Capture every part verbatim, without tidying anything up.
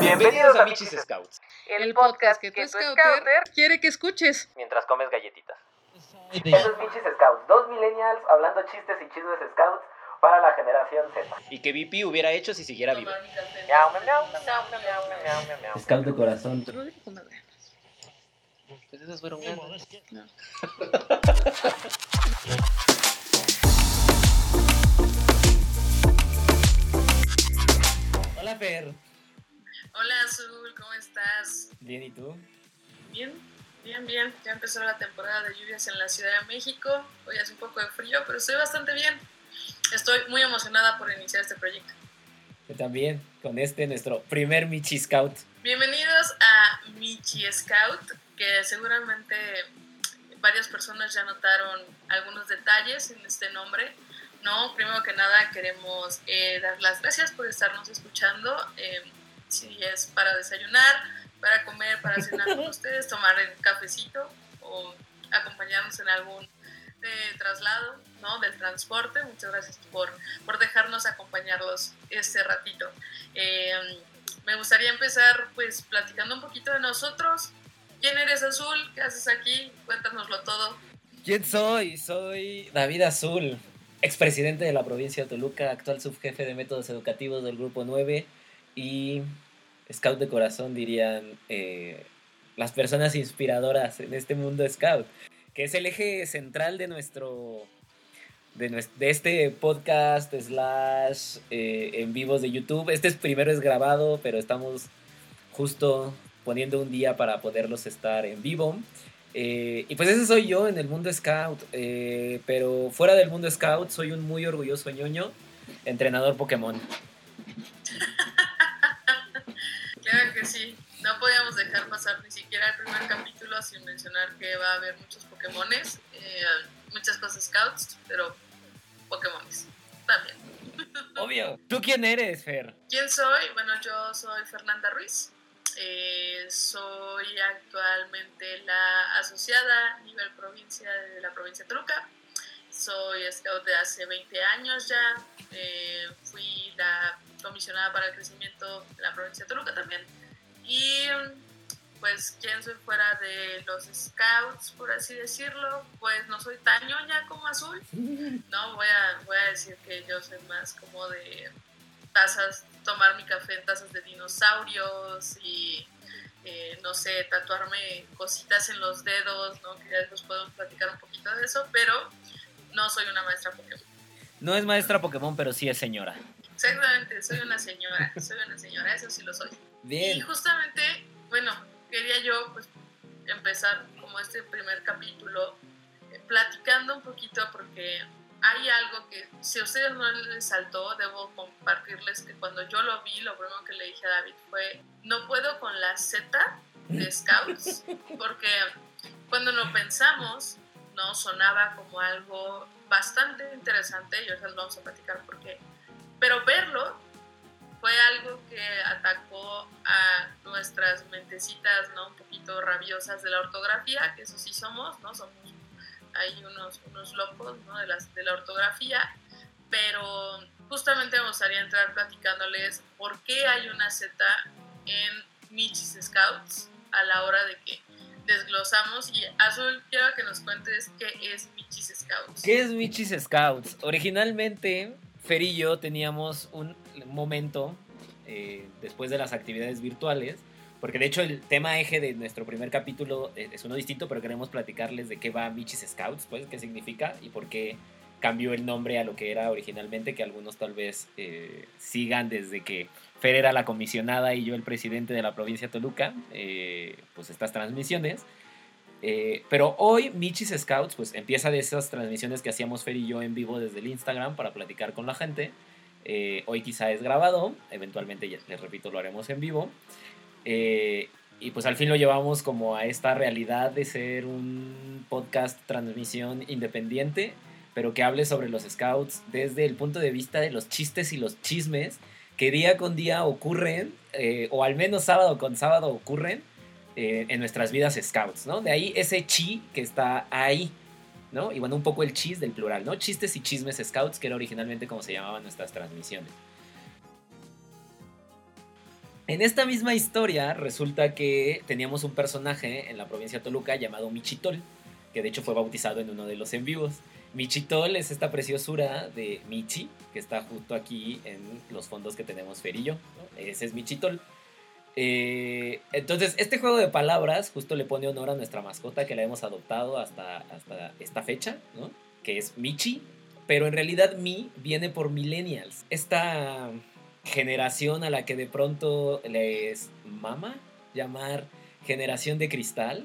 Bienvenidos a Michis Scouts, el podcast que tu scouter quiere que escuches mientras comes galletitas. Eso es Michis Scouts, dos millennials hablando chistes y chismes scouts para la generación Z. Y que V P hubiera hecho si siguiera vivo. Miau, miau, miau, miau, miau, miau, miau, miau. Scout de corazón. Pues esas fueron ganas. No. Hola, Fer. Hola Azul, ¿cómo estás? Bien, ¿y tú? Bien, bien, bien. Ya empezó la temporada de lluvias en la Ciudad de México. Hoy hace un poco de frío, pero estoy bastante bien. Estoy muy emocionada por iniciar este proyecto. Yo también, con este nuestro primer Michi Scout. Bienvenidos a Michi Scout, que seguramente varias personas ya notaron algunos detalles en este nombre. No, primero que nada queremos eh, dar las gracias por estarnos escuchando. Eh, si es para desayunar, para comer, para cenar con ustedes, tomar el cafecito o acompañarnos en algún eh, traslado, ¿no? Del transporte. Muchas gracias por, por dejarnos acompañarlos este ratito. Eh, me gustaría empezar pues platicando un poquito de nosotros. ¿Quién eres, Azul? ¿Qué haces aquí? Cuéntanoslo todo. ¿Quién soy? Soy David Azul, expresidente de la provincia de Toluca, actual subjefe de métodos educativos del Grupo nueve y Scout de corazón, dirían eh, las personas inspiradoras en este mundo Scout, que es el eje central de nuestro... De, nuestro, de este podcast slash eh, en vivos de YouTube. Este es, primero es grabado, pero estamos justo poniendo un día para poderlos estar en vivo. Eh, y pues ese soy yo en el mundo Scout. Eh, pero fuera del mundo Scout soy un muy orgulloso ñoño, entrenador Pokémon. Claro que sí. No podíamos dejar pasar ni siquiera el primer capítulo sin mencionar que va a haber muchos Pokémones, eh, muchas cosas Scouts, pero Pokémones también. Obvio. ¿Tú quién eres, Fer? ¿Quién soy? Bueno, yo soy Fernanda Ruiz. Eh, soy actualmente la asociada a nivel provincia de la provincia de Toluca. Soy scout de hace veinte años ya. Eh, fui la comisionada para el crecimiento de la provincia de Toluca también. Y pues, ¿quién soy fuera de los scouts, por así decirlo? Pues no soy tan ñoña como Azul. No, voy a, voy a decir que yo soy más como de tazas, tomar mi café en tazas de dinosaurios y, eh, no sé, tatuarme cositas en los dedos, ¿no? Que ya después podemos platicar un poquito de eso, pero no soy una maestra Pokémon. No es maestra Pokémon, pero sí es señora. Exactamente, soy una señora, soy una señora, eso sí lo soy. Bien. Y justamente, bueno, quería yo pues empezar como este primer capítulo eh, platicando un poquito porque hay algo que si a ustedes no les saltó, debo compartirles que cuando yo lo vi, lo primero que le dije a David fue, no puedo con la Z de Scouts, porque cuando lo pensamos, no sonaba como algo bastante interesante, y ahorita les vamos a platicar por qué, pero verlo fue algo que atacó a nuestras mentecitas, ¿no? Un poquito rabiosas de la ortografía, que eso sí somos, ¿no? Somos ahí unos, unos locos, ¿no? De, las, de la ortografía, pero justamente me gustaría entrar platicándoles por qué hay una Z en Michis Scouts a la hora de que desglosamos. Y Azul, quiero que nos cuentes qué es Michis Scouts. ¿Qué es Michis Scouts? Originalmente, Fer y yo teníamos un momento eh, después de las actividades virtuales, porque de hecho el tema eje de nuestro primer capítulo es uno distinto, pero queremos platicarles de qué va Michis Scouts, pues, qué significa y por qué cambió el nombre a lo que era originalmente, que algunos tal vez eh, sigan desde que Fer era la comisionada y yo el presidente de la provincia de Toluca, eh, pues estas transmisiones. Eh, pero hoy Michis Scouts pues empieza de esas transmisiones que hacíamos Fer y yo en vivo desde el Instagram para platicar con la gente. Eh, hoy quizá es grabado, eventualmente ya, les repito, lo haremos en vivo. Eh, y pues al fin lo llevamos como a esta realidad de ser un podcast transmisión independiente, pero que hable sobre los Scouts desde el punto de vista de los chistes y los chismes que día con día ocurren, eh, o al menos sábado con sábado ocurren eh, en nuestras vidas Scouts, ¿no? De ahí ese chi que está ahí, ¿no? Y bueno, un poco el chis del plural, ¿no? Chistes y chismes Scouts, que era originalmente como se llamaban nuestras transmisiones. En esta misma historia resulta que teníamos un personaje en la provincia de Toluca llamado Michitol, que de hecho fue bautizado en uno de los en vivos. Michitol es esta preciosura de Michi, que está justo aquí en los fondos que tenemos Fer y yo, ¿no? Ese es Michitol. Eh, entonces, este juego de palabras justo le pone honor a nuestra mascota que la hemos adoptado hasta, hasta esta fecha, ¿no? Que es Michi, pero en realidad Mi viene por millennials. Esta generación a la que de pronto les mama llamar generación de cristal.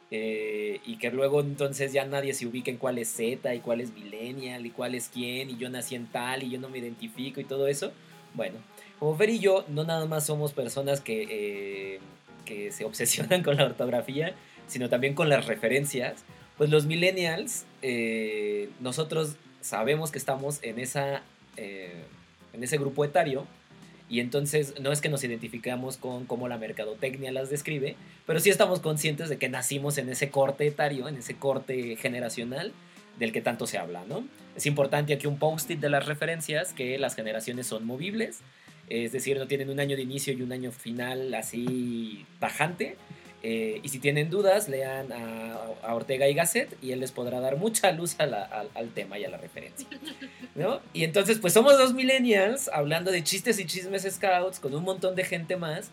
Eh, y que luego entonces ya nadie se ubica en cuál es Z y cuál es millennial y cuál es quién y yo nací en tal y yo no me identifico y todo eso. Bueno, como Fer y yo no nada más somos personas que, eh, que se obsesionan con la ortografía, sino también con las referencias, pues los millennials, eh, nosotros sabemos que estamos en, esa, eh, en ese grupo etario. Y entonces no es que nos identificamos con cómo la mercadotecnia las describe, pero sí estamos conscientes de que nacimos en ese corte etario, en ese corte generacional del que tanto se habla, ¿no? Es importante aquí un post-it de las referencias, que las generaciones son movibles, es decir, no tienen un año de inicio y un año final así tajante. Eh, y si tienen dudas, lean a, a Ortega y Gasset y él les podrá dar mucha luz a la, a, al tema y a la referencia, ¿no? Y entonces, pues somos dos millennials hablando de chistes y chismes scouts con un montón de gente más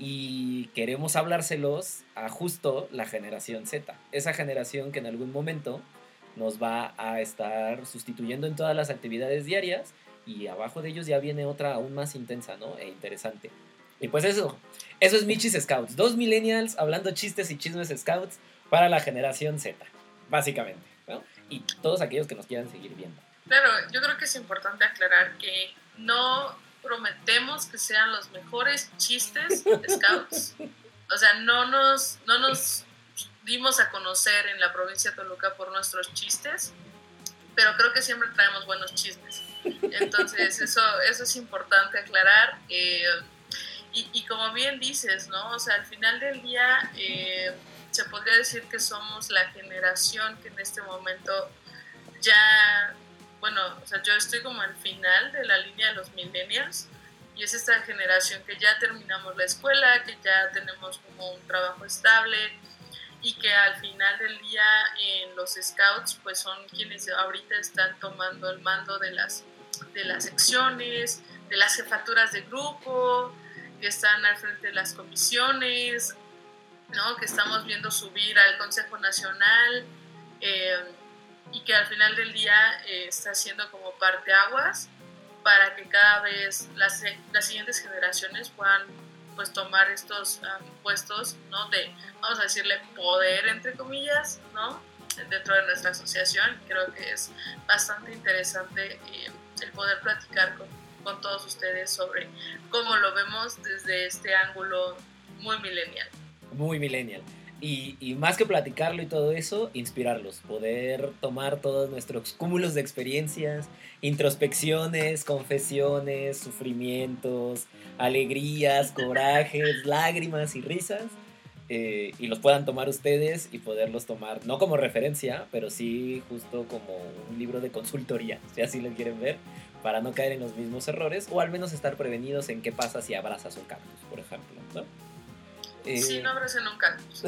y queremos hablárselos a justo la generación Z, esa generación que en algún momento nos va a estar sustituyendo en todas las actividades diarias y abajo de ellos ya viene otra aún más intensa, ¿no? E interesante. Y pues eso, eso es Michis Scouts. Dos millennials hablando chistes y chismes scouts para la generación Z, básicamente, ¿no? Y todos aquellos que nos quieran seguir viendo. Claro, yo creo que es importante aclarar que no prometemos que sean los mejores chistes scouts. O sea, no nos, no nos dimos a conocer en la provincia de Toluca por nuestros chistes, pero creo que siempre traemos buenos chismes. Entonces, eso, eso es importante aclarar. Eh, Y, y como bien dices, ¿no? O sea, al final del día eh, se podría decir que somos la generación que en este momento ya, bueno, o sea, yo estoy como al final de la línea de los millennials y es esta generación que ya terminamos la escuela, que ya tenemos como un trabajo estable y que al final del día en los scouts pues son quienes ahorita están tomando el mando de las, de las secciones, de las jefaturas de grupo, que están al frente de las comisiones, ¿no? Que estamos viendo subir al Consejo Nacional eh, y que al final del día eh, está siendo como parteaguas para que cada vez las, las siguientes generaciones puedan pues tomar estos um, puestos, ¿no? De, vamos a decirle, poder, entre comillas, ¿no? Dentro de nuestra asociación. Creo que es bastante interesante eh, el poder platicar con con todos ustedes sobre cómo lo vemos desde este ángulo muy millennial. Muy millennial. Y, y más que platicarlo y todo eso, inspirarlos, poder tomar todos nuestros cúmulos de experiencias, introspecciones, confesiones, sufrimientos, alegrías, corajes, lágrimas y risas, eh, y los puedan tomar ustedes y poderlos tomar, no como referencia, pero sí justo como un libro de consultoría, si así lo quieren ver, para no caer en los mismos errores, o al menos estar prevenidos en qué pasa si abrazas un cactus, por ejemplo, ¿no? Eh... Sí, no abracen un cactus.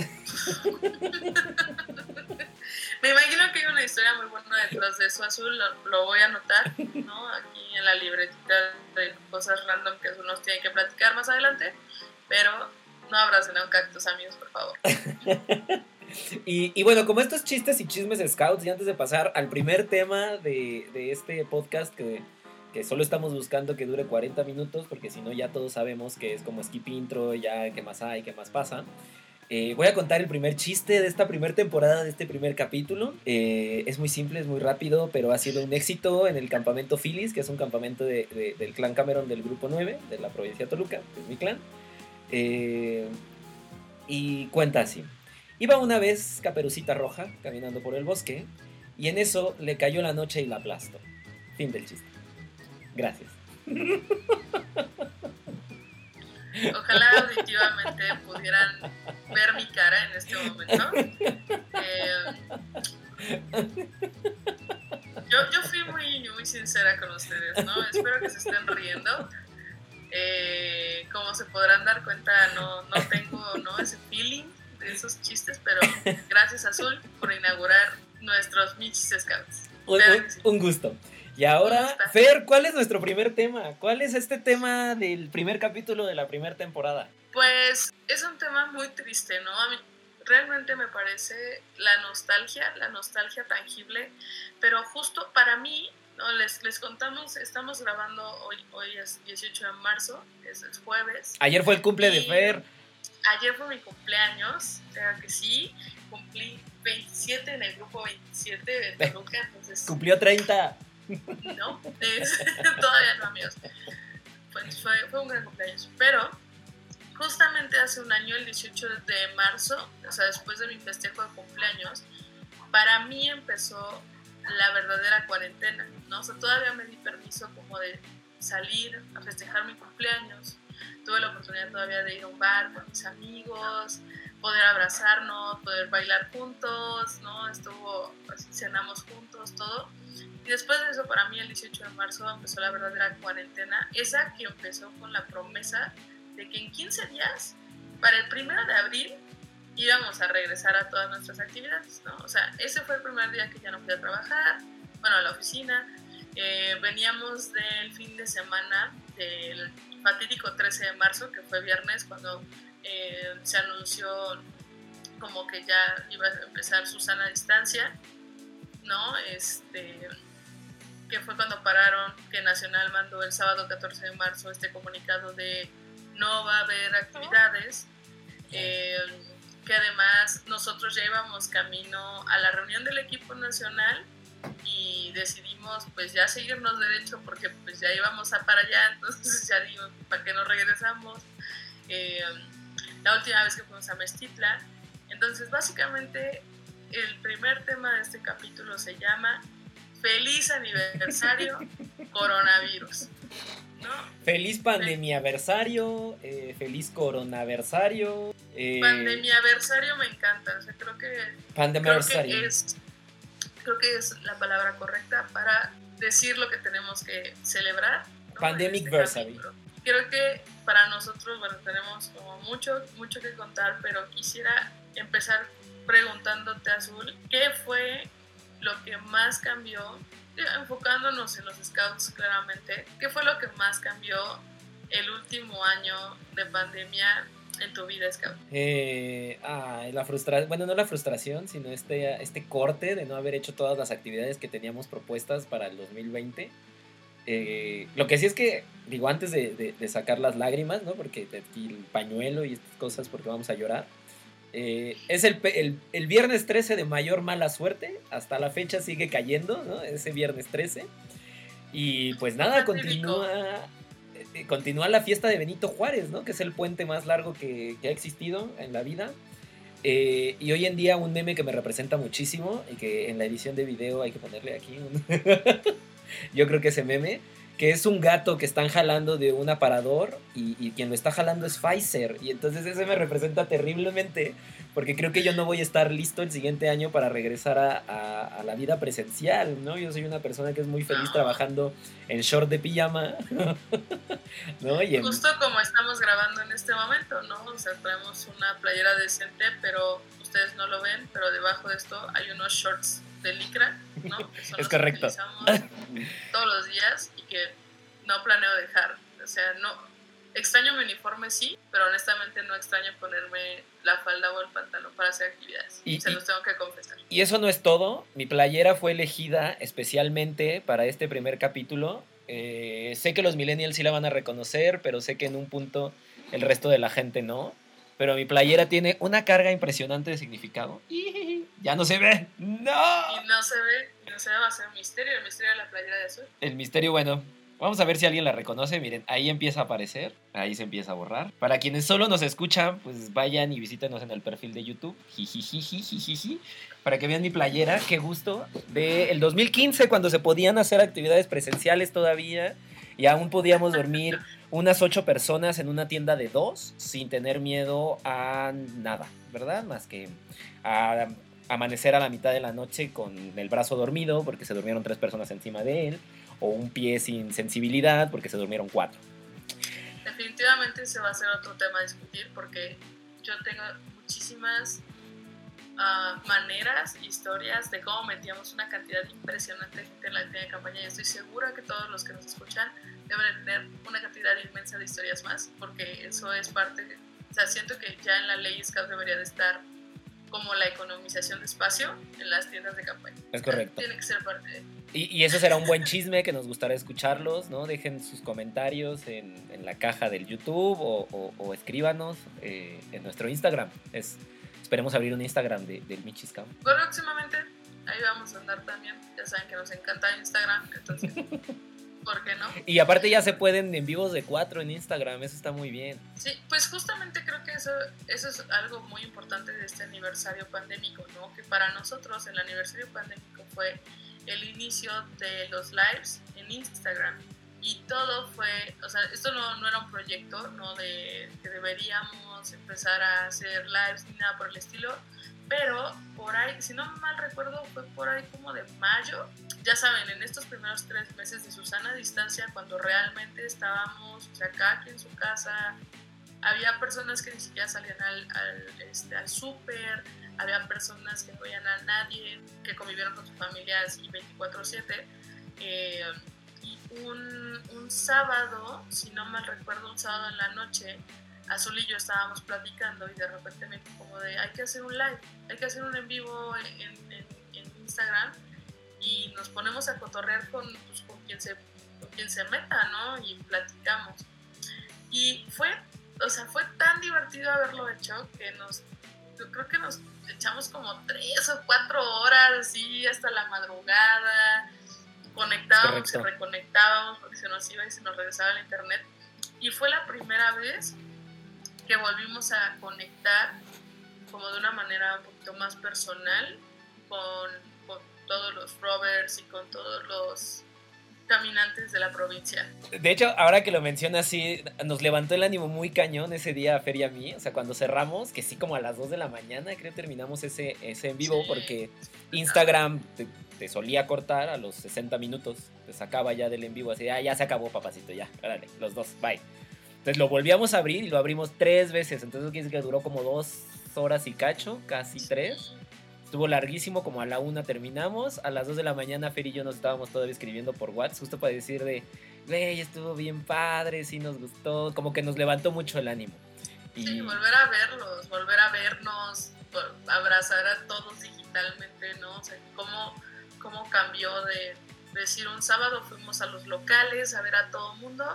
Me imagino que hay una historia muy buena detrás de eso, Azul, lo, lo voy a anotar, ¿no? Aquí en la libretita de cosas random que Azul nos tiene que platicar más adelante, pero no abracen a un cactus, amigos, por favor. Y, y bueno, como estos chistes y chismes scouts, y antes de pasar al primer tema de, de este podcast que... que solo estamos buscando que dure cuarenta minutos, porque si no ya todos sabemos que es como skip intro, ya qué más hay, qué más pasa. Eh, voy a contar el primer chiste de esta primera temporada, de este primer capítulo. Eh, es muy simple, es muy rápido, pero ha sido un éxito en el campamento Phillies, que es un campamento de, de, del clan Cameron del grupo nueve, de la provincia de Toluca, que es mi clan. Eh, y cuenta así. Iba una vez Caperucita Roja caminando por el bosque, y en eso le cayó la noche y la aplastó. Fin del chiste. Gracias. Ojalá auditivamente pudieran ver mi cara en este momento. Eh, yo, yo fui muy, muy sincera con ustedes, ¿no? Espero que se estén riendo. Eh, como se podrán dar cuenta, no, no tengo ¿no? ese feeling de esos chistes, pero gracias Azul por inaugurar nuestros Michis Scouts. Un, un, un gusto. Y ahora, Fer, ¿cuál es nuestro primer tema? ¿Cuál es este tema del primer capítulo de la primera temporada? Pues es un tema muy triste, ¿no? A mí realmente me parece la nostalgia, la nostalgia tangible, pero justo para mí, ¿no? Les, les contamos, estamos grabando hoy, hoy es dieciocho de marzo, es, es jueves. Ayer fue el cumple de Fer. Ayer fue mi cumpleaños, o sea que sí, cumplí veintisiete en el grupo veintisiete de Toluca, entonces... Cumplió treinta. No, es, todavía no, amigos. Fue, fue, fue un gran cumpleaños, pero justamente hace un año, el dieciocho de marzo, o sea, después de mi festejo de cumpleaños, para mí empezó la verdadera cuarentena, ¿no? O sea, todavía me di permiso como de salir a festejar mi cumpleaños, tuve la oportunidad todavía de ir a un bar con mis amigos, poder abrazarnos, poder bailar juntos, ¿no? Estuvo, así, cenamos juntos, todo. Y después de eso, para mí, el dieciocho de marzo empezó la verdadera cuarentena, esa que empezó con la promesa de que en quince días, para el primero de abril, íbamos a regresar a todas nuestras actividades, ¿no? O sea, ese fue el primer día que ya no fui a trabajar, bueno, a la oficina. Eh, veníamos del fin de semana del fatídico trece de marzo, que fue viernes, cuando eh, se anunció como que ya iba a empezar su sana distancia, ¿no? Este, que fue cuando pararon, que Nacional mandó el sábado catorce de marzo este comunicado de no va a haber actividades, eh, que además nosotros ya íbamos camino a la reunión del equipo nacional y decidimos pues ya seguirnos derecho porque pues ya íbamos a para allá, entonces ya digo, ¿para qué nos regresamos? Eh, la última vez que fuimos a Meztitla. Entonces básicamente el primer tema de este capítulo se llama Feliz Aniversario Coronavirus, ¿no? Feliz pandemiaversario, eh, feliz coronaversario. Eh, Pandemiaversario me encanta, o sea, creo que, pandemiaversario. creo que es creo que es la palabra correcta para decir lo que tenemos que celebrar, ¿no? Pandemicversary. Este creo que para nosotros, bueno, tenemos como mucho, mucho que contar, pero quisiera empezar preguntándote, Azul, ¿qué fue lo que más cambió, enfocándonos en los scouts claramente, qué fue lo que más cambió el último año de pandemia en tu vida, Scout? Eh, ah, la frustración, bueno, no la frustración, sino este, este corte de no haber hecho todas las actividades que teníamos propuestas para el dos mil veinte. Eh, lo que sí es que, digo, antes de, de, de sacar las lágrimas, ¿no? Porque aquí el pañuelo y estas cosas, porque vamos a llorar. Eh, es el, el, el viernes trece de mayor mala suerte, hasta la fecha sigue cayendo, ¿no? Ese viernes trece. Y pues nada, continúa, eh, continúa la fiesta de Benito Juárez, ¿no? Que es el puente más largo que, que ha existido en la vida. Eh, y hoy en día un meme que me representa muchísimo y que en la edición de video hay que ponerle aquí un... Yo creo que ese meme, que es un gato que están jalando de un aparador y, y quien lo está jalando es Pfizer, y entonces ese me representa terriblemente porque creo que yo no voy a estar listo el siguiente año para regresar a, a, a la vida presencial, ¿no? Yo soy una persona que es muy feliz trabajando en short de pijama, ¿no? Y en... Justo como estamos grabando en este momento, ¿no? O sea, traemos una playera decente, pero ustedes no lo ven, pero debajo de esto hay unos shorts de licra, ¿no? Que son es los correcto. Que utilizamos todos los días y que no planeo dejar. O sea, no extraño mi uniforme, sí, pero honestamente no extraño ponerme la falda o el pantalón para hacer actividades. Y, Se y, los tengo que confesar. Y eso no es todo. Mi playera fue elegida especialmente para este primer capítulo. Eh, sé que los millennials sí la van a reconocer, pero sé que en un punto el resto de la gente no. Pero mi playera tiene una carga impresionante de significado. Ya no se ve. ¡No! Y no se ve, no se ve, va a ser un misterio, el misterio de la playera de azul. El misterio, bueno, vamos a ver si alguien la reconoce. Miren, ahí empieza a aparecer, ahí se empieza a borrar. Para quienes solo nos escuchan, pues vayan y visítenos en el perfil de YouTube. Jijijijijiji. Para que vean mi playera, qué gusto. De el dos mil quince, cuando se podían hacer actividades presenciales todavía. Y aún podíamos dormir unas ocho personas en una tienda de dos sin tener miedo a nada, ¿verdad? Más que a amanecer a la mitad de la noche con el brazo dormido porque se durmieron tres personas encima de él, o un pie sin sensibilidad porque se durmieron cuatro. definitivamente ese va a ser otro tema a discutir porque yo tengo muchísimas uh, maneras, historias de cómo metíamos una cantidad impresionante de gente en la tienda de campaña y estoy segura que todos los que nos escuchan deben tener una cantidad inmensa de historias más porque eso es parte, o sea, siento que ya en la ley Scout debería de estar como la economización de espacio en las tiendas de campaña. Es correcto. Tiene que ser parte de... Y, y eso será un buen chisme que nos gustaría escucharlos, ¿no? Dejen sus comentarios en, en la caja del YouTube o, o, o escríbanos eh, en nuestro Instagram. Es, esperemos abrir un Instagram de, del Michi Scout. Próximamente, ahí vamos a andar también. Ya saben que nos encanta Instagram, entonces, ¿por qué no? Y aparte ya se pueden en vivos de cuatro en Instagram, eso está muy bien. Sí, pues justamente creo que eso, eso es algo muy importante de este aniversario pandémico, ¿no? Que para nosotros el aniversario pandémico fue el inicio de los lives en Instagram y todo fue, o sea, esto no, no era un proyecto, no de que deberíamos empezar a hacer lives ni nada por el estilo, pero por ahí, si no mal recuerdo, fue por ahí como de mayo, ya saben, en estos primeros tres meses de Susana Distancia, cuando realmente estábamos, o sea, cada quien en su casa, había personas que ni siquiera salían al, al, este, al súper, había personas que no veían a nadie, que convivieron con sus familias y veinticuatro siete. Eh, y un, un sábado, si no mal recuerdo, un sábado en la noche, Azul y yo estábamos platicando y de repente me dijo como de hay que hacer un live, hay que hacer un en vivo en, en, en Instagram y nos ponemos a cotorrear con, pues, con, quien se, con quien se meta, ¿no? Y platicamos. Y fue, o sea, fue tan divertido haberlo hecho que nos, yo creo que nos echamos como tres o cuatro horas así hasta la madrugada, conectábamos y reconectábamos porque se nos iba y se nos regresaba el internet y fue la primera vez que volvimos a conectar como de una manera un poquito más personal con, con todos los rovers y con todos los caminantes de la provincia. De hecho, ahora que lo mencionas, sí, nos levantó el ánimo muy cañón ese día a Fer y a mí, o sea, cuando cerramos, que sí, como a las dos de la mañana, creo que terminamos ese, ese en vivo, sí, porque Instagram te, te solía cortar a los sesenta minutos, te sacaba ya del en vivo, así, ah, ya se acabó, papacito, ya, órale, los dos, bye. Entonces lo volvíamos a abrir y lo abrimos tres veces, entonces eso quiere decir que duró como dos horas y cacho, casi tres. Estuvo larguísimo, como a la una terminamos, a las dos de la mañana Fer y yo nos estábamos todavía escribiendo por WhatsApp, justo para decir de, güey, estuvo bien padre, sí nos gustó, como que nos levantó mucho el ánimo. Y... sí, volver a verlos, volver a vernos, abrazar a todos digitalmente, ¿no? O sea, cómo, cómo cambió de decir un sábado fuimos a los locales a ver a todo el mundo,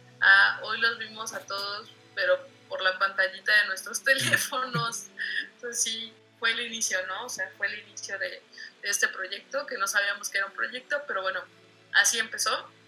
a hoy los vimos a todos, pero por la pantallita de nuestros teléfonos, entonces sí, fue el inicio, ¿no? O sea, fue el inicio de, de este proyecto, que no sabíamos que era un proyecto, pero bueno, así empezó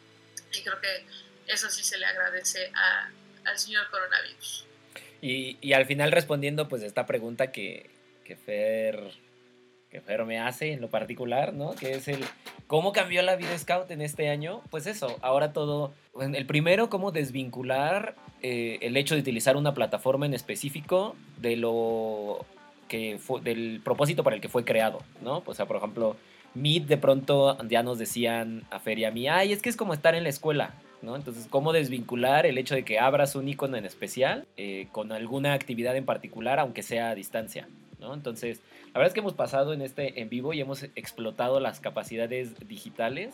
y creo que eso sí se le agradece a, al señor coronavirus. Y, y al final respondiendo pues esta pregunta que, que, Fer, que Fer me hace en lo particular, ¿no? Que es el ¿cómo cambió la vida Scout en este año? Pues eso, ahora todo, el primero, cómo desvincular eh, el hecho de utilizar una plataforma en específico de lo... que fue, del propósito para el que fue creado, ¿no? O sea, por ejemplo, Meet de pronto ya nos decían a Fer y a mí, ay, es que es como estar en la escuela, ¿no? Entonces, ¿cómo desvincular el hecho de que abras un icono en especial eh, con alguna actividad en particular, aunque sea a distancia, ¿no? Entonces, la verdad es que hemos pasado en este en vivo y hemos explotado las capacidades digitales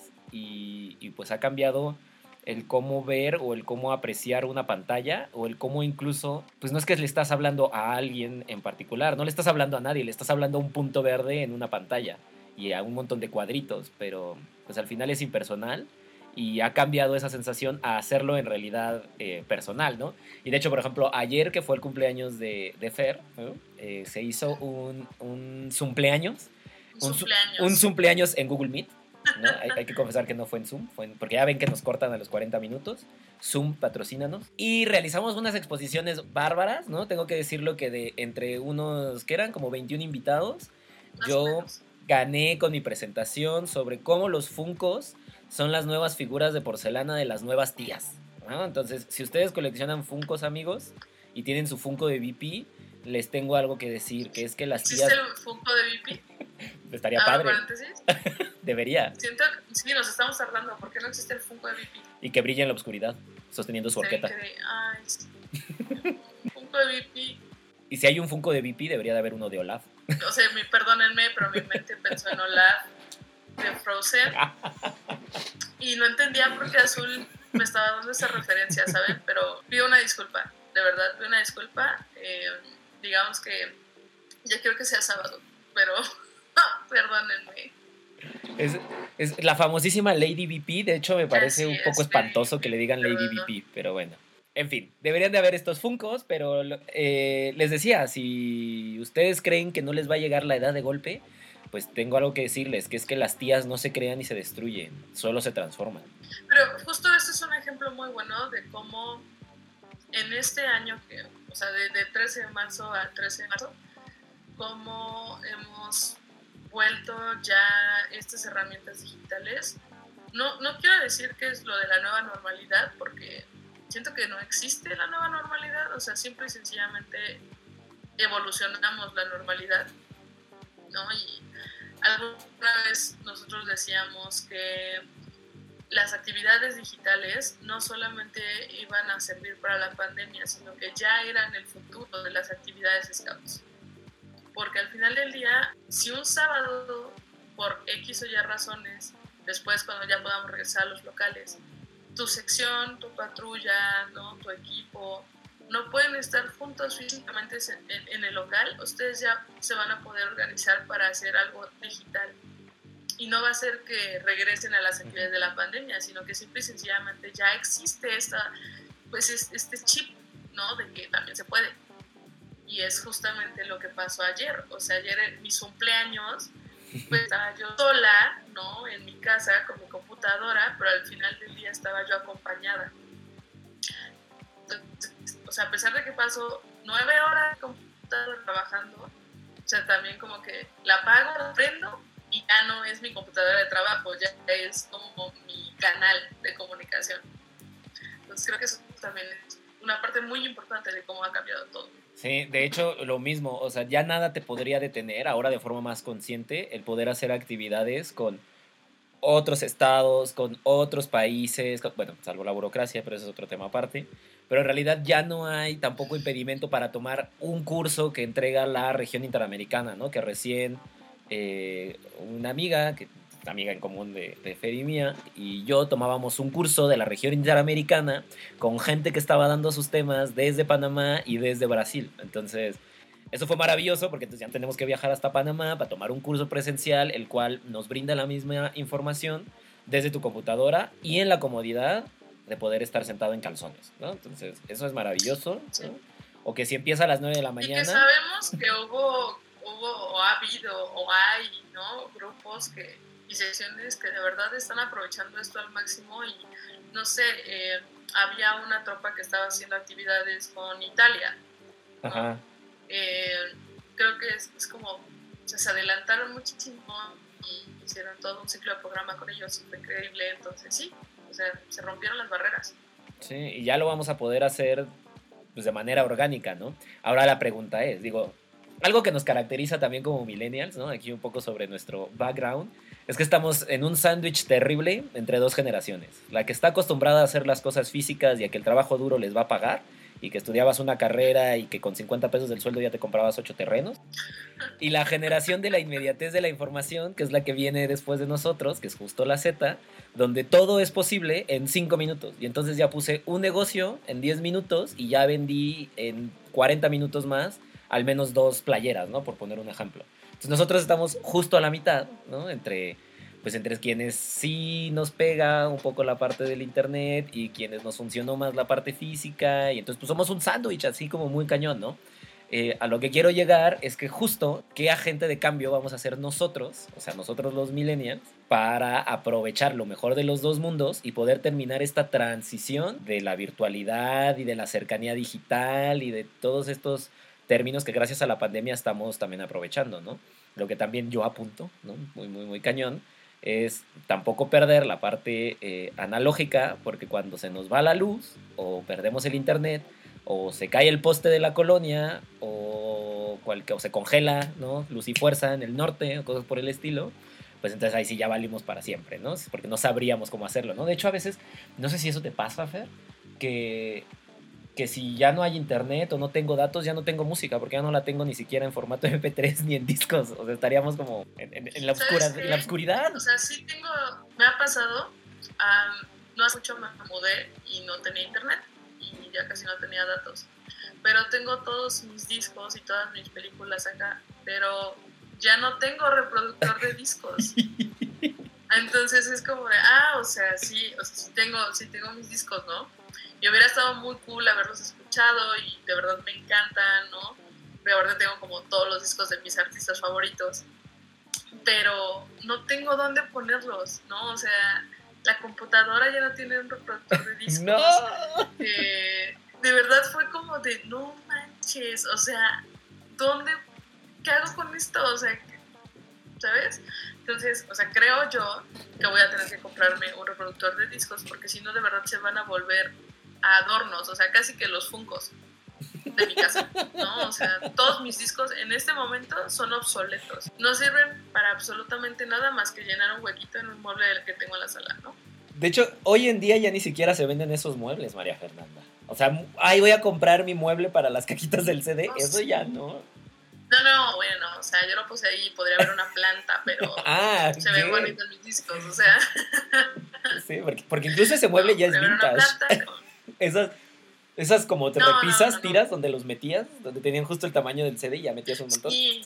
y, y pues ha cambiado el cómo ver o el cómo apreciar una pantalla o el cómo incluso, pues no es que le estás hablando a alguien en particular, no le estás hablando a nadie, le estás hablando a un punto verde en una pantalla y a un montón de cuadritos, pero pues al final es impersonal y ha cambiado esa sensación a hacerlo en realidad eh, personal, ¿no? Y de hecho, por ejemplo, ayer que fue el cumpleaños de, de Fer, ¿no? eh, se hizo un, un cumpleaños, un, un cumpleaños en Google Meet, ¿no? Hay, hay que confesar que no fue en Zoom, fue en, porque ya ven que nos cortan a los cuarenta minutos. Zoom, patrocínanos. Y realizamos unas exposiciones bárbaras, ¿no? Tengo que decirlo que de entre unos, que eran como veintiún invitados, yo gané con mi presentación sobre cómo los Funkos son las nuevas figuras de porcelana de las nuevas tías, ¿no? Entonces, si ustedes coleccionan Funkos, amigos, y tienen su Funko de V P, les tengo algo que decir, que es que las tías... ¿Existe el Funko de V P? Estaría padre. Paréntesis. Debería. Siento que sí, nos estamos tardando. ¿Por qué no existe el Funko de V P? Y que brille en la oscuridad. sosteniendo su Se horqueta. cree, ay, sí. Un Funko de V P. Y si hay un Funko de V P, debería de haber uno de Olaf. O sea, mi, perdónenme, pero mi mente pensó en Olaf de Frozen. Y no entendía por qué Azul me estaba dando esa referencia, ¿saben? Pero pido una disculpa, de verdad, pido una disculpa. Eh, digamos que ya quiero que sea sábado, pero perdónenme. Es, es la famosísima Lady V P. De hecho, me parece Así un es, poco espantoso Lady que le digan Lady perdón. V P, pero bueno. En fin, deberían de haber estos Funkos, pero eh, les decía, si ustedes creen que no les va a llegar la edad de golpe, pues tengo algo que decirles, que es que las tías no se crean ni se destruyen, solo se transforman. Pero justo este es un ejemplo muy bueno de cómo en este año, que, o sea, de, de trece de marzo a trece de marzo, cómo hemos vuelto ya estas herramientas digitales. No, no quiero decir que es lo de la nueva normalidad, porque siento que no existe la nueva normalidad, o sea, simple y sencillamente evolucionamos la normalidad, ¿no? Y alguna vez nosotros decíamos que las actividades digitales no solamente iban a servir para la pandemia, sino que ya eran el futuro de las actividades scouts. Porque al final del día, si un sábado, por X o Y razones, después cuando ya podamos regresar a los locales, tu sección, tu patrulla, ¿no? Tu equipo, no pueden estar juntos físicamente en, en el local, ustedes ya se van a poder organizar para hacer algo digital. Y no va a ser que regresen a las actividades de la pandemia, sino que simple y sencillamente ya existe esta, pues este chip, ¿no? De que también se puede. Y es justamente lo que pasó ayer. O sea, ayer en mis cumpleaños, pues estaba yo sola, ¿no? En mi casa con mi computadora, pero al final del día estaba yo acompañada. Entonces, o sea, a pesar de que paso nueve horas de computadora trabajando, o sea, también como que la apago, la prendo y ya no es mi computadora de trabajo, ya es como mi canal de comunicación. Entonces creo que eso también es una parte muy importante de cómo ha cambiado todo. Sí, de hecho, lo mismo, o sea, ya nada te podría detener ahora de forma más consciente el poder hacer actividades con otros estados, con otros países, con, bueno, salvo la burocracia, pero eso es otro tema aparte, pero en realidad ya no hay tampoco impedimento para tomar un curso que entrega la región interamericana, ¿no? Que recién eh, una amiga, que amiga en común de, de Fer y mía, y yo tomábamos un curso de la región interamericana con gente que estaba dando sus temas desde Panamá y desde Brasil. Entonces, eso fue maravilloso porque entonces ya tenemos que viajar hasta Panamá para tomar un curso presencial, el cual nos brinda la misma información desde tu computadora y en la comodidad de poder estar sentado en calzones, ¿no? Entonces, eso es maravilloso, ¿no? Sí. O que si empieza a las nueve de la mañana... Y que sabemos que hubo, hubo o ha habido o hay, ¿no? Grupos que... y secciones que de verdad están aprovechando esto al máximo y no sé, eh, había una tropa que estaba haciendo actividades con Italia, ¿no? Ajá. Eh, creo que es, es como, o sea, se adelantaron muchísimo y hicieron todo un ciclo de programa con ellos, fue increíble, entonces sí, o sea, se rompieron las barreras. Sí, y ya lo vamos a poder hacer pues, de manera orgánica, ¿no? Ahora la pregunta es, digo, algo que nos caracteriza también como millennials, ¿no? Aquí un poco sobre nuestro background, es que estamos en un sándwich terrible entre dos generaciones. La que está acostumbrada a hacer las cosas físicas y a que el trabajo duro les va a pagar, y que estudiabas una carrera y que con cincuenta pesos del sueldo ya te comprabas ocho terrenos. Y la generación de la inmediatez de la información, que es la que viene después de nosotros, que es justo la Z, donde todo es posible en cinco minutos. Y entonces ya puse un negocio en diez minutos y ya vendí en cuarenta minutos más al menos dos playeras, ¿no? Por poner un ejemplo. Entonces nosotros estamos justo a la mitad, ¿no? Entre, pues entre quienes sí nos pega un poco la parte del internet y quienes nos funcionó más la parte física. Y entonces pues somos un sándwich así como muy cañón, ¿no? Eh, a lo que quiero llegar es que justo qué agente de cambio vamos a hacer nosotros, o sea, nosotros los millennials, para aprovechar lo mejor de los dos mundos y poder terminar esta transición de la virtualidad y de la cercanía digital y de todos estos términos que gracias a la pandemia estamos también aprovechando, ¿no? Lo que también yo apunto, ¿no? Muy, muy, muy cañón, es tampoco perder la parte eh, analógica, porque cuando se nos va la luz, o perdemos el internet, o se cae el poste de la colonia, o, cual, o se congela, ¿no? Luz y fuerza en el norte, o cosas por el estilo, pues entonces ahí sí ya valimos para siempre, ¿no? Porque no sabríamos cómo hacerlo, ¿no? De hecho, a veces, no sé si eso te pasa, Fer, que, que si ya no hay internet o no tengo datos, ya no tengo música, porque ya no la tengo ni siquiera en formato eme pe tres ni en discos. O sea, estaríamos como en, en, en la, oscura, en la oscuridad. O sea, sí tengo, me ha pasado, um, no hace mucho me mudé y no tenía internet y ya casi no tenía datos. Pero tengo todos mis discos y todas mis películas acá, pero ya no tengo reproductor de discos. Entonces es como de, ah, o sea, sí, o sea, sí tengo, sí tengo mis discos, ¿no? Y hubiera estado muy cool haberlos escuchado y de verdad me encantan, ¿no? De verdad tengo como todos los discos de mis artistas favoritos. Pero no tengo dónde ponerlos, ¿no? O sea, la computadora ya no tiene un reproductor de discos. ¡No! Eh, de verdad fue como de, no manches, o sea, ¿dónde? ¿Qué hago con esto? O sea, ¿sabes? Entonces, o sea, creo yo que voy a tener que comprarme un reproductor de discos porque si no, de verdad se van a volver adornos, o sea, casi que los Funkos de mi casa, ¿no? O sea, todos mis discos en este momento son obsoletos. No sirven para absolutamente nada más que llenar un huequito en un mueble del que tengo en la sala, ¿no? De hecho, hoy en día ya ni siquiera se venden esos muebles, María Fernanda. O sea, ahí voy a comprar mi mueble para las cajitas del ce de, Oh, eso sí. ya no. No, no, bueno, o sea, yo lo puse ahí, podría haber una planta, pero Ah, se ven ¿qué? bonitos mis discos, o sea. Sí, porque, porque incluso ese mueble no, ya es podría haber una vintage. planta, pero- Esas, esas como te No, no, repisas, no, no. tiras donde los metías, donde tenían justo el tamaño del ce de y ya metías un montón. Sí.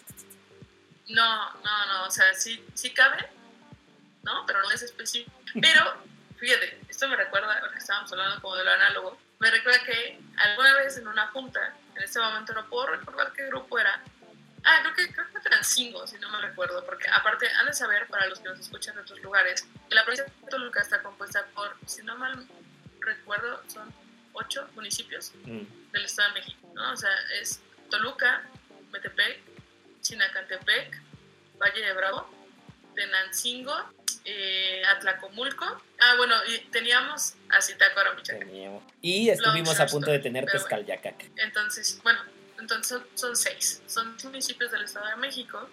No, no, no, o sea, sí, sí cabe, ¿no? Pero no es específico. Pero, fíjate, esto me recuerda, porque estábamos hablando como de lo análogo, me recuerda que alguna vez en una junta, en este momento no puedo recordar qué grupo era. Ah, creo que, creo que Transingo, si no me recuerdo, porque aparte han de saber, para los que nos escuchan de otros lugares, que la provincia de Toluca está compuesta por, si no mal recuerdo, son ocho municipios Mm. del Estado de México, ¿no? O sea, es Toluca, Metepec, Chinacantepec, Valle de Bravo, Tenancingo, eh, Atlacomulco. Ah, bueno, y teníamos a Zitácuaro, Michoacán. Teníamos. Y estuvimos a punto de tener Pero bueno. Tezcalyacac. Entonces, bueno, entonces son, son seis. Son municipios del Estado de México.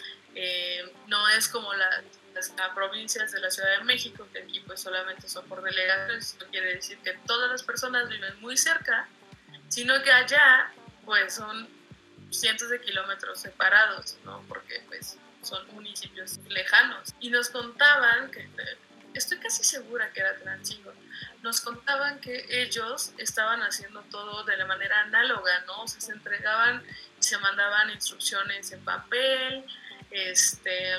Eh, no es como la, las, las provincias de la Ciudad de México, que aquí pues solamente son por delegaciones. No quiere decir que todas las personas viven muy cerca, sino que allá pues son cientos de kilómetros separados, ¿no? Porque pues son municipios lejanos. Y nos contaban que, estoy casi segura que era Transingo, nos contaban que ellos estaban haciendo todo de la manera análoga, ¿no? O sea, se entregaban y se mandaban instrucciones en papel, este,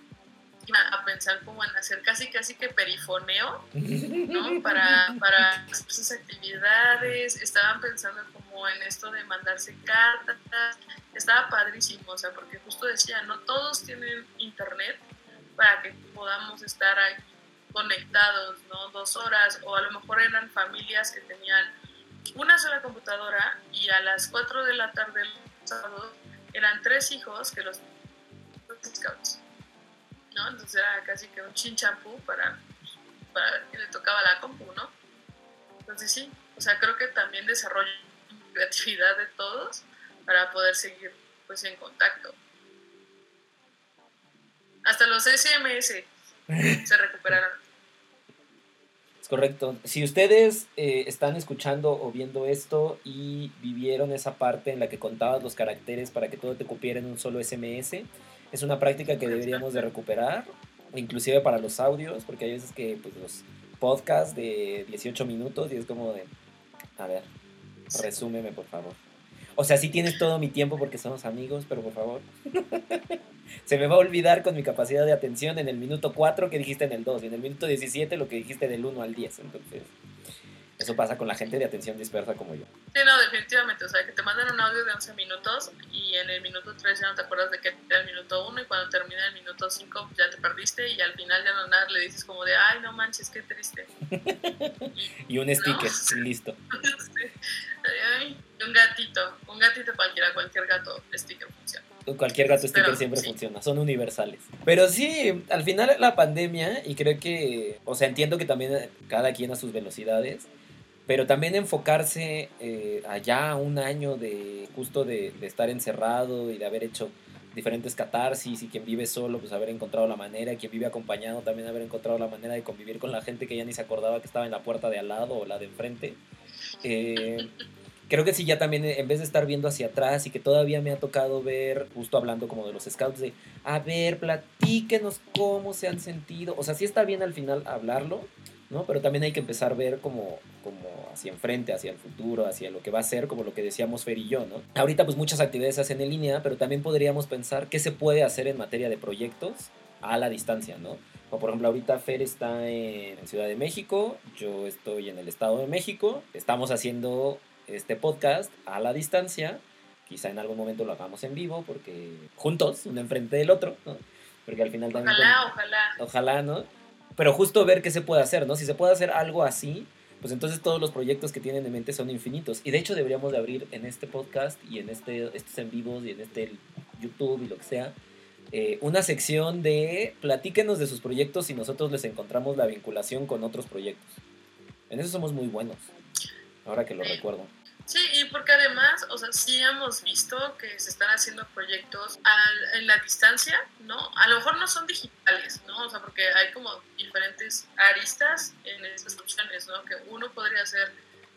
a pensar como en hacer casi casi que perifoneo, ¿no? Para, para sus actividades, estaban pensando como en esto de mandarse cartas, estaba padrísimo, o sea, porque justo decía, no todos tienen internet para que podamos estar ahí conectados, ¿no? Dos horas, o a lo mejor eran familias que tenían una sola computadora y a las cuatro de la tarde el sábado eran tres hijos que los scouts, ¿no? Entonces era casi que un chinchampú para, para ver quién le tocaba la compu, ¿no? Entonces sí, o sea, creo que también desarrollo creatividad de todos para poder seguir pues en contacto. Hasta los ese eme ese se recuperaron. Es correcto. Si ustedes eh, están escuchando o viendo esto y vivieron esa parte en la que contabas los caracteres para que todo te cupiera en un solo ese eme ese, es una práctica que deberíamos de recuperar, inclusive para los audios, porque hay veces que pues, los podcasts de dieciocho minutos y es como de, a ver, resúmeme por favor. O sea, sí tienes todo mi tiempo porque somos amigos, pero por favor. Se me va a olvidar con mi capacidad de atención en el minuto cuatro que dijiste en el dos y en el minuto diecisiete lo que dijiste del uno al diez. Entonces, eso pasa con la gente de atención dispersa como yo. Sí, no, definitivamente. O sea, que te mandan un audio de once minutos y en el minuto tres ya no te acuerdas de que era el minuto uno y cuando termina el minuto cinco ya te perdiste y al final ya no nada le dices como de, ay, no manches, qué triste. Y un sticker, ¿no? Listo. Ay, un gatito, un gatito cualquiera, cualquier gato sticker funciona. Cualquier gato sticker Pero, siempre sí. funciona, son universales. Pero sí, al final la pandemia, y creo que, o sea, entiendo que también cada quien a sus velocidades, pero también enfocarse eh, allá un año de justo de, de estar encerrado y de haber hecho diferentes catarsis, y quien vive solo, pues haber encontrado la manera, y quien vive acompañado también haber encontrado la manera de convivir con la gente que ya ni se acordaba que estaba en la puerta de al lado o la de enfrente. Eh, creo que sí, ya también en vez de estar viendo hacia atrás y que todavía me ha tocado ver, justo hablando como de los scouts, de, a ver, platíquenos cómo se han sentido. O sea, sí está bien al final hablarlo, ¿no? Pero también hay que empezar a ver como, como hacia enfrente, hacia el futuro, hacia lo que va a ser, como lo que decíamos Fer y yo, ¿no? Ahorita pues muchas actividades se hacen en línea, pero también podríamos pensar qué se puede hacer en materia de proyectos a la distancia, ¿no? Como por ejemplo ahorita Fer está en Ciudad de México, yo estoy en el Estado de México, estamos haciendo este podcast a la distancia, quizá en algún momento lo hagamos en vivo, porque juntos, uno enfrente del otro, ¿no? Porque al final también... Ojalá, con... ojalá. Ojalá, ¿no? Pero justo ver qué se puede hacer, ¿no? Si se puede hacer algo así, pues entonces todos los proyectos que tienen en mente son infinitos. Y de hecho deberíamos de abrir en este podcast y en este, estos en vivos y en este YouTube y lo que sea, eh, una sección de platíquenos de sus proyectos y nosotros les encontramos la vinculación con otros proyectos. En eso somos muy buenos, ahora que lo recuerdo. Sí, y porque además, o sea, sí hemos visto que se están haciendo proyectos al, en la distancia, ¿no? A lo mejor no son digitales, ¿no? O sea, porque hay como diferentes aristas en esas opciones, ¿no? Que uno podría hacer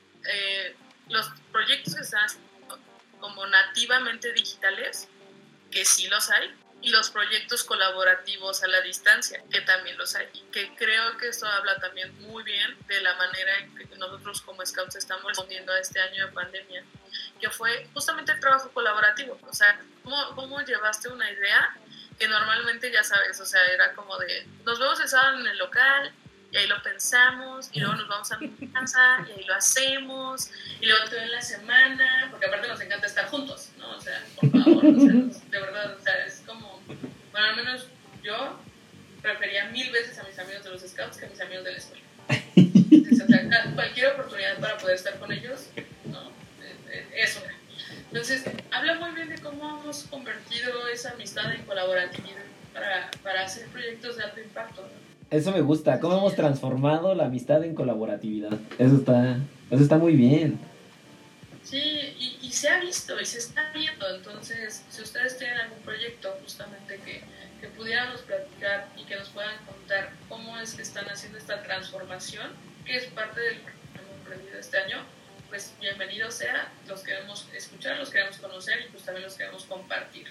eh, los proyectos que están haciendo como nativamente digitales, que sí los hay, y los proyectos colaborativos a la distancia, que también los hay. Y que creo que esto habla también muy bien de la manera en que nosotros como Scouts estamos respondiendo a este año de pandemia, que fue justamente el trabajo colaborativo. O sea, ¿cómo, cómo llevaste una idea que normalmente, ya sabes, o sea, era como de, nos vemos el sábado en el local, y ahí lo pensamos, y luego nos vamos a mi casa, y ahí lo hacemos, y luego todo en la semana, porque aparte nos encanta estar juntos, ¿no? O sea, por favor, o sea, de verdad, o sea, es como, bueno, al menos yo prefería mil veces a mis amigos de los Scouts que a mis amigos de la escuela. Entonces, o sea, cualquier oportunidad para poder estar con ellos, ¿no? Es una. Entonces, habla muy bien de cómo hemos convertido esa amistad en colaboratividad para, para hacer proyectos de alto impacto, ¿no? Eso me gusta, cómo hemos transformado la amistad en colaboratividad. Eso está, eso está muy bien. Sí, y, y se ha visto y se está viendo. Entonces, si ustedes tienen algún proyecto justamente que, que pudiéramos platicar y que nos puedan contar cómo es que están haciendo esta transformación, que es parte del que hemos aprendido este año, pues bienvenido sea. Los queremos escuchar, los queremos conocer y pues también los queremos compartir.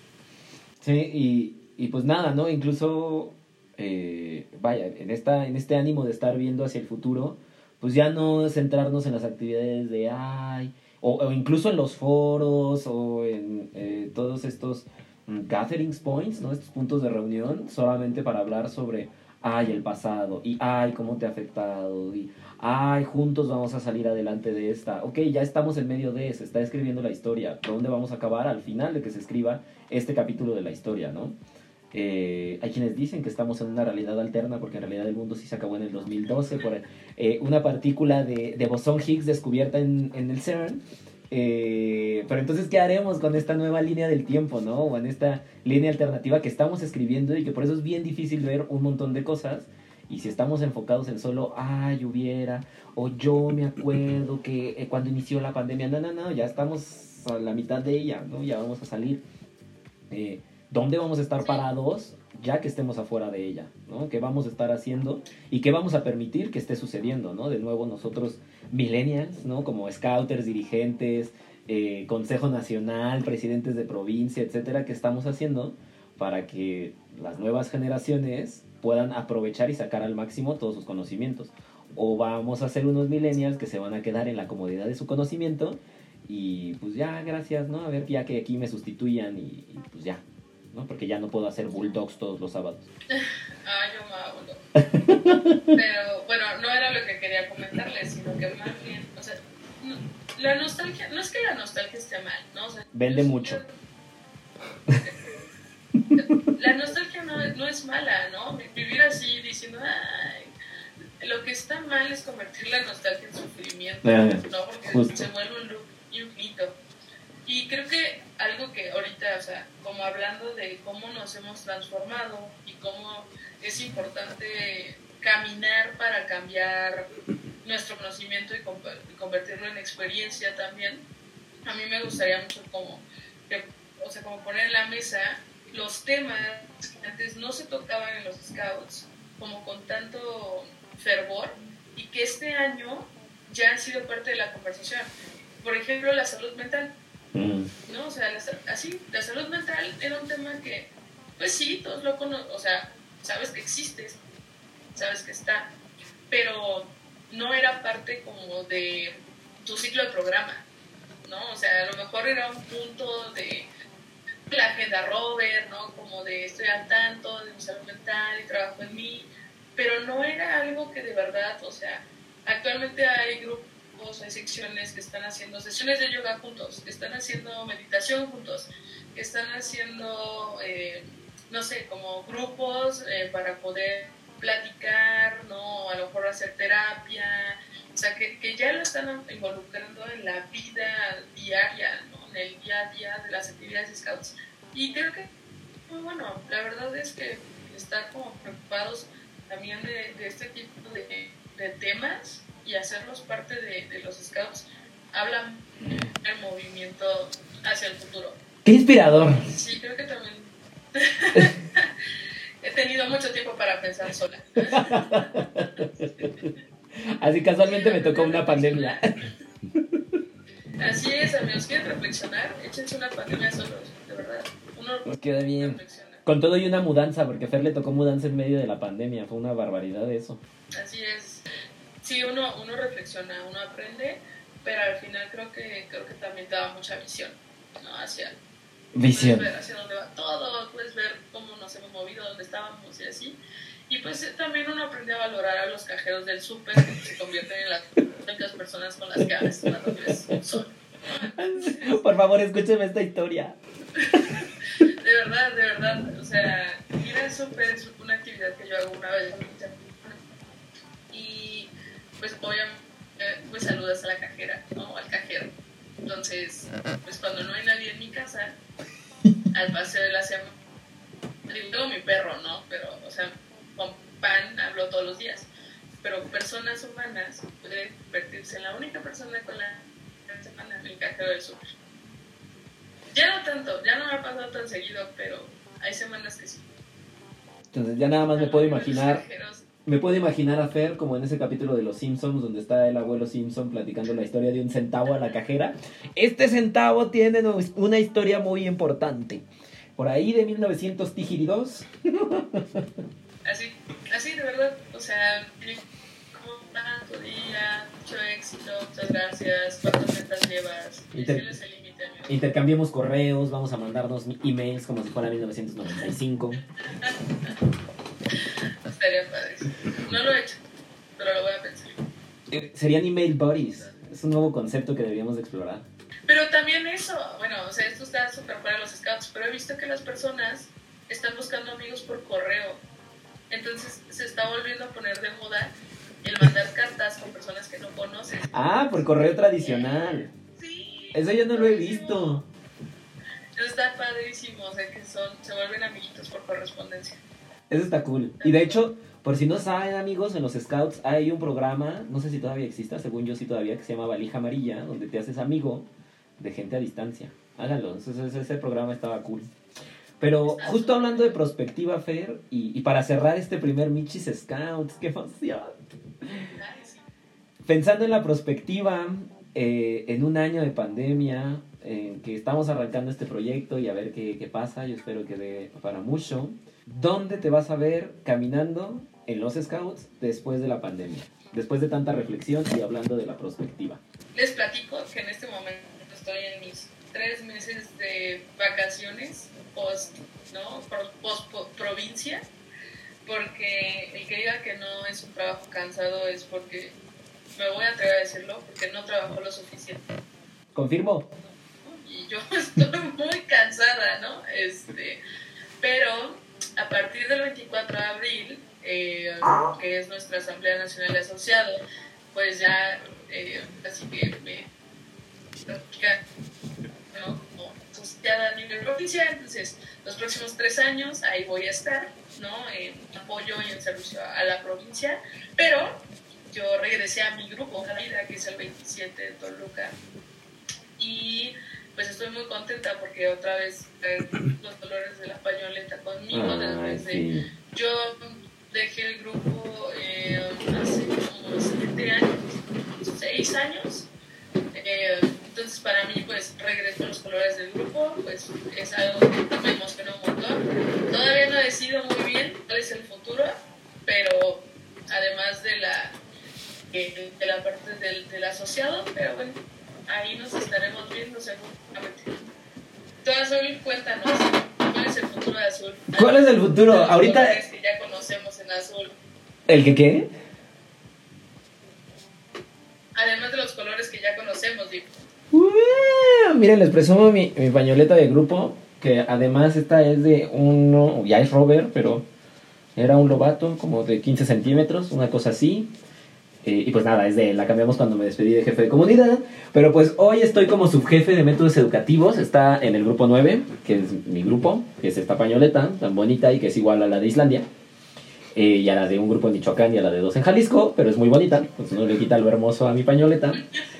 Sí, y, y pues nada, ¿no? Incluso... Eh, vaya, en, esta, en este ánimo de estar viendo hacia el futuro, pues ya no centrarnos en las actividades de ay, o, o incluso en los foros o en eh, todos estos um, gatherings points, ¿no? Estos puntos de reunión solamente para hablar sobre ay, el pasado y ay, cómo te ha afectado y ay, juntos vamos a salir adelante de esta. Ok, ya estamos en medio de, se está escribiendo la historia. ¿Dónde vamos a acabar? Al final de que se escriba este capítulo de la historia, ¿no? Eh, hay quienes dicen que estamos en una realidad alterna porque en realidad el mundo sí se acabó en el dos mil doce por eh, una partícula de, de bosón Higgs descubierta en, en el CERN. Eh, pero entonces, ¿qué haremos con esta nueva línea del tiempo, ¿no? O en esta línea alternativa que estamos escribiendo y que por eso es bien difícil ver un montón de cosas. Y si estamos enfocados en solo, ay, hubiera, o yo me acuerdo que eh, cuando inició la pandemia, no, no, no, ya estamos a la mitad de ella, ¿no? Ya vamos a salir. Eh, ¿Dónde vamos a estar parados ya que estemos afuera de ella, ¿no? ¿Qué vamos a estar haciendo y qué vamos a permitir que esté sucediendo, ¿no? De nuevo nosotros, millennials, ¿no? Como scouters, dirigentes, eh, Consejo Nacional, presidentes de provincia, etcétera, ¿qué estamos haciendo para que las nuevas generaciones puedan aprovechar y sacar al máximo todos sus conocimientos? O vamos a ser unos millennials que se van a quedar en la comodidad de su conocimiento y pues ya, gracias, ¿no? A ver, ya que aquí me sustituyan y, y pues ya, ¿no? Porque ya no puedo hacer bulldogs todos los sábados. Ay, yo me hago. Pero bueno, no era lo que quería comentarles, sino que más bien, o sea, no, la nostalgia, no es que la nostalgia esté mal, ¿no? O sea, vende yo, mucho. La nostalgia no, no es mala, ¿no? Vivir así diciendo, ay, lo que está mal es convertir la nostalgia en sufrimiento, eh, ¿no? Porque justo. Se vuelve un loop infinito. Y creo que algo que ahorita, o sea, como hablando de cómo nos hemos transformado y cómo es importante caminar para cambiar nuestro conocimiento y, y convertirlo en experiencia también, a mí me gustaría mucho como, que, o sea, como poner en la mesa los temas que antes no se tocaban en los Scouts como con tanto fervor y que este año ya han sido parte de la conversación. Por ejemplo, la salud mental, Mm. ¿no? O sea, la, así, la salud mental era un tema que, pues sí, todos lo conocen, o sea, sabes que existe, sabes que está, pero no era parte como de tu ciclo de programa, ¿no? O sea, a lo mejor era un punto de la agenda Robert, ¿no? Como de estoy al tanto de mi salud mental y trabajo en mí, pero no era algo que de verdad, o sea, actualmente hay grupos, hay secciones que están haciendo sesiones de yoga juntos, que están haciendo meditación juntos, que están haciendo, eh, no sé, como grupos eh, para poder platicar, ¿no? A lo mejor hacer terapia, o sea, que, que ya lo están involucrando en la vida diaria, ¿no? En el día a día de las actividades de Scouts. Y creo que, pues, bueno, la verdad es que estar como preocupados también de, de este tipo de, de temas y hacerlos parte de, de los Scouts habla del movimiento hacia el futuro. ¡Qué inspirador! Sí, creo que también he tenido mucho tiempo para pensar sola. Así casualmente me tocó una pandemia. Así es, amigos, quieren reflexionar, échense una pandemia solos, de verdad. Uno Nos queda bien. reflexiona. Con todo y una mudanza, porque a Fer le tocó mudanza en medio de la pandemia. Fue una barbaridad eso. Así es. Sí, uno, uno reflexiona, uno aprende, pero al final creo que creo que también te da mucha visión, ¿no? Hacia, Visión. puedes ver hacia dónde va todo, puedes ver cómo nos hemos movido, dónde estábamos y así. Y pues eh, también uno aprende a valorar a los cajeros del súper que se convierten en las únicas personas con las que hablas cuando vives solo. Por favor, escúcheme esta historia. De verdad, de verdad, o sea, ir al súper es una actividad que yo hago una vez. Y pues obviamente pues saludas a la cajera, ¿no? Al cajero. Entonces, pues cuando no hay nadie en mi casa, al paseo de la semana, tengo mi perro, ¿no? Pero, o sea, con Pan hablo todos los días. Pero personas humanas pueden convertirse en la única persona con la semana en el cajero del súper. Ya no tanto, ya no me ha pasado tan seguido, pero hay semanas que sí. Entonces ya nada más me puedo imaginar, Los cajeros, me puedo imaginar a Fer como en ese capítulo de Los Simpsons donde está el abuelo Simpson platicando la historia de un centavo a la cajera. Este centavo tiene una historia muy importante. Por ahí de mil novecientos dos. así, así de verdad, o sea, ¿cómo va tu día? Mucho éxito, muchas gracias, ¿cuántas metas llevas? Y Inter- ese es el límite, amigo. Intercambiemos correos, vamos a mandarnos emails como si fuera mil novecientos noventa y cinco. Estaría padre. No lo he hecho, pero lo voy a pensar. Eh, Serían email buddies. Es un nuevo concepto que deberíamos de explorar. Pero también eso, bueno, o sea, esto está súper para los scouts, pero he visto que las personas están buscando amigos por correo. Entonces se está volviendo a poner de moda el mandar cartas con personas que no conoces. Ah, por correo tradicional. Sí. Eso yo no lo he padrísimo. visto. Eso está padrísimo, o sea, que son, se vuelven amiguitos por correspondencia. Eso está cool. Y de hecho, por si no saben, amigos, en los Scouts hay un programa, no sé si todavía exista, según yo sí todavía, que se llama Valija Amarilla, donde te haces amigo de gente a distancia. Háganlo, ese, ese, ese programa estaba cool. Pero justo hablando de perspectiva, Fer, y, y para cerrar este primer Michis Scouts, ¡qué emoción! Pensando en la perspectiva, eh, en un año de pandemia, en que estamos arrancando este proyecto y a ver qué, qué pasa, yo espero que dé para mucho. ¿Dónde te vas a ver caminando en los Scouts después de la pandemia? Después de tanta reflexión y hablando de la perspectiva. Les platico que en este momento estoy en mis tres meses de vacaciones post, ¿no? Post, post provincia, porque el que diga que no es un trabajo cansado es porque, me voy a atrever a decirlo, porque no trabajo lo suficiente. ¿Confirmo? Y yo estoy muy cansada, ¿no? Este, pero a partir del veinticuatro de abril, eh, que es nuestra Asamblea Nacional de Asociados, pues ya, eh, así que me, ¿no? Como asociada a nivel provincial, entonces los próximos tres años ahí voy a estar, ¿no? En apoyo y en servicio a la provincia, pero yo regresé a mi grupo, a la vida, que es el veintisiete de Toluca, y pues estoy muy contenta porque otra vez eh, los dolores de la pañoleta conmigo, Ah, después de... sí. Yo dejé el grupo eh, hace como siete años, seis seis años. Eh, entonces para mí pues regreso a los colores del grupo, pues es algo que me emociona un montón. Todavía no decido muy bien cuál es el futuro, pero además de la, eh, de la parte del, del asociado, pero bueno, ahí nos estaremos viendo seguramente. Tú, Azul, cuéntanos, ¿cuál es el futuro de Azul? ¿Cuál es el futuro? Los Ahorita... colores que ya conocemos en Azul. ¿El que qué? Además de los colores que ya conocemos, digo. Uh, miren, les presumo mi, mi pañoleta de grupo, que además esta es de uno, ya es Robert, pero era un lobato como de quince centímetros, una cosa así. Eh, y pues nada, es de la cambiamos cuando me despedí de jefe de comunidad. Pero pues hoy estoy como subjefe de métodos educativos. Está en el grupo nueve, que es mi grupo, que es esta pañoleta tan bonita y que es igual a la de Islandia. Eh, y a la de un grupo en Michoacán y a la de dos en Jalisco, pero es muy bonita, pues no le quita lo hermoso a mi pañoleta.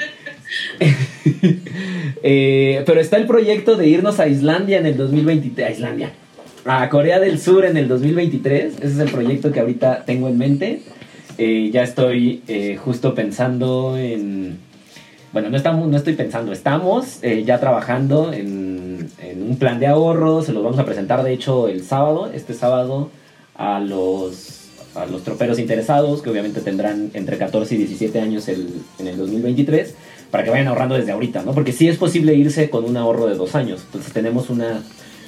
eh, pero está el proyecto de irnos a Islandia en el dos mil veintitrés, a Islandia, a Corea del Sur en el dos mil veintitrés. Ese es el proyecto que ahorita tengo en mente. Eh, ya estoy eh, justo pensando en... Bueno, no, estamos, no estoy pensando, estamos eh, ya trabajando en, en un plan de ahorro. Se los vamos a presentar, de hecho, el sábado, este sábado, a los, a los troperos interesados, que obviamente tendrán entre catorce y diecisiete años el, en el dos mil veintitrés, para que vayan ahorrando desde ahorita, ¿no? Porque sí es posible irse con un ahorro de dos años. Entonces tenemos una,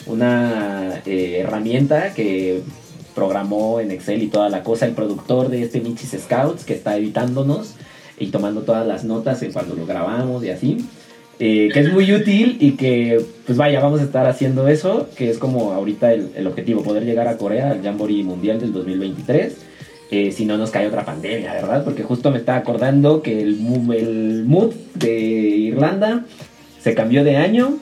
una eh, herramienta que programó en Excel y toda la cosa el productor de este Michis Scouts, que está editándonos y tomando todas las notas en cuando lo grabamos y así. Eh, que es muy útil y que, pues vaya, vamos a estar haciendo eso, que es como ahorita el, el objetivo, poder llegar a Corea, al Jamboree Mundial del dos mil veintitrés, eh, si no nos cae otra pandemia, ¿verdad? Porque justo me estaba acordando que el, el mood de Irlanda se cambió de año,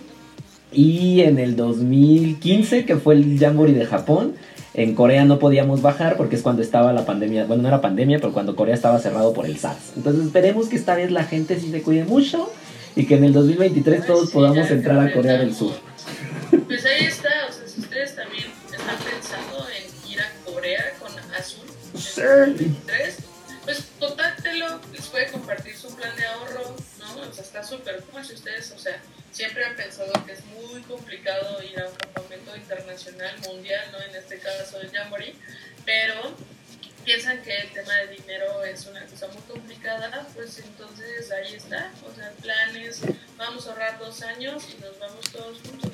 y en el dos mil quince, que fue el Jamboree de Japón, en Corea no podíamos bajar porque es cuando estaba la pandemia, bueno, no era pandemia, pero cuando Corea estaba cerrado por el SARS. Entonces esperemos que esta vez la gente sí se cuide mucho y que en el dos mil veintitrés todos sí, podamos entrar a Corea del Sur. Pues ahí está, o sea, si ustedes también están pensando en ir a Corea con Azul en Sí. el dos mil veintitrés, pues contáctelo, les puede compartir su plan de ahorro, ¿no? O sea, está súper cool si ustedes, o sea, siempre han pensado que es muy complicado ir a un campamento internacional, mundial, ¿no? En este caso el Jamboree, pero piensan que el tema de dinero es una cosa muy complicada, pues entonces ahí está, o sea, planes, vamos a ahorrar dos años y nos vamos todos juntos.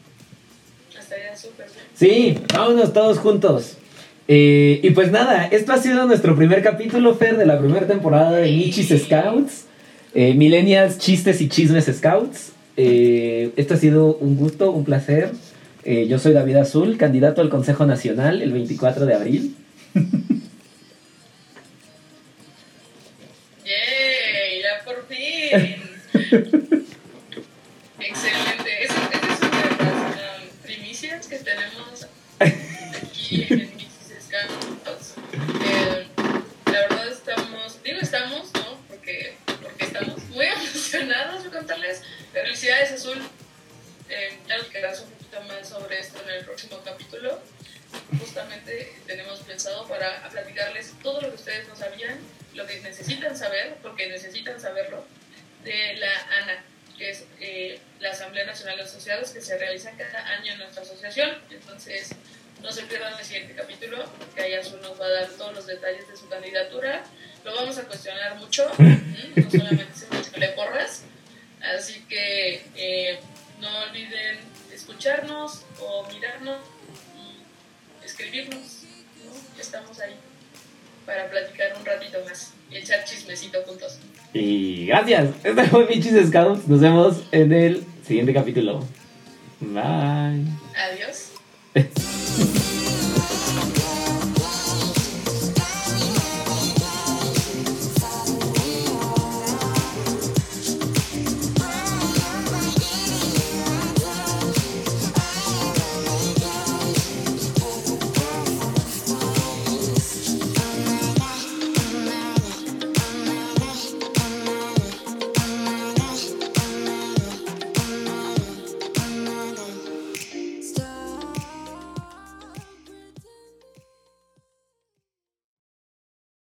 Estaría súper bien. Sí, vámonos todos juntos. Eh, y pues nada, esto ha sido nuestro primer capítulo, Fer, de la primera temporada de Michis Scouts, eh, Millennials, Chistes y Chismes Scouts. Eh, esto ha sido un gusto, un placer. Eh, yo soy David Azul, candidato al Consejo Nacional el veinticuatro de abril. ¡Yay! ¡Ya por fin! Excelente. Esas es son de las um, primicias que tenemos aquí en Michis Scouts. Eh, la verdad estamos, digo estamos, ¿no? Porque, porque estamos muy emocionados de contarles. Felicidades, Azul. Eh, ya nos quedarás un poquito más sobre esto en el próximo capítulo. Justamente tenemos pensado para platicarles todo lo que ustedes no sabían, lo que necesitan saber, porque necesitan saberlo, de la ANA, que es eh, la Asamblea Nacional de Asociados, que se realiza cada año en nuestra asociación. Entonces, no se pierdan el siguiente capítulo, que ahí Azul nos va a dar todos los detalles de su candidatura. Lo vamos a cuestionar mucho, no solamente se echarle porras. Así que eh, no olviden escucharnos o mirarnos y escribirnos, ¿no? Estamos ahí para platicar un ratito más y echar chismecito juntos. Y gracias. Este fue Michis Scouts. Nos vemos en el siguiente capítulo. Bye. Adiós.